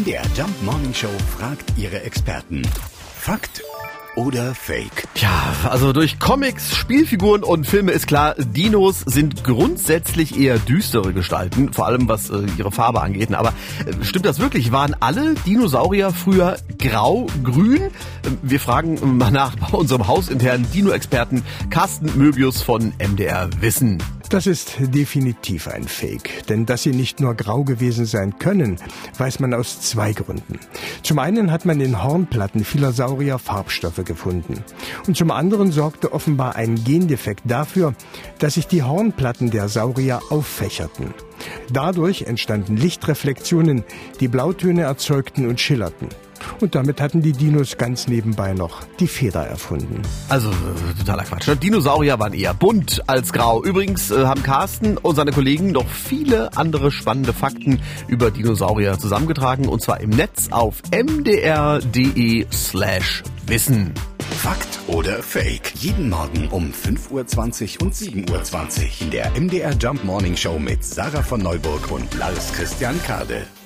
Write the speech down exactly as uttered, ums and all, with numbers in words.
M D R Jump Morning Show fragt ihre Experten. Fakt oder Fake? Tja, also durch Comics, Spielfiguren und Filme ist klar, Dinos sind grundsätzlich eher düstere Gestalten, vor allem was äh, ihre Farbe angeht. Aber äh, stimmt das wirklich? Waren alle Dinosaurier früher grau, grün? Äh, wir fragen mal nach bei unserem hausinternen Dino-Experten Carsten Möbius von M D R Wissen. Das ist definitiv ein Fake, denn dass sie nicht nur grau gewesen sein können, weiß man aus zwei Gründen. Zum einen hat man in Hornplatten vieler Saurier Farbstoffe gefunden und zum anderen sorgte offenbar ein Gendefekt dafür, dass sich die Hornplatten der Saurier auffächerten. Dadurch entstanden Lichtreflexionen, die Blautöne erzeugten und schillerten. Und damit hatten die Dinos ganz nebenbei noch die Feder erfunden. Also, äh, totaler Quatsch. Dinosaurier waren eher bunt als grau. Übrigens äh, haben Carsten und seine Kollegen noch viele andere spannende Fakten über Dinosaurier zusammengetragen. Und zwar im Netz auf mdr.de slash Wissen. Fakt oder Fake? Jeden Morgen um fünf Uhr zwanzig und sieben Uhr zwanzig in der M D R Jump Morning Show mit Sarah von Neuburg und Lars Christian Kade.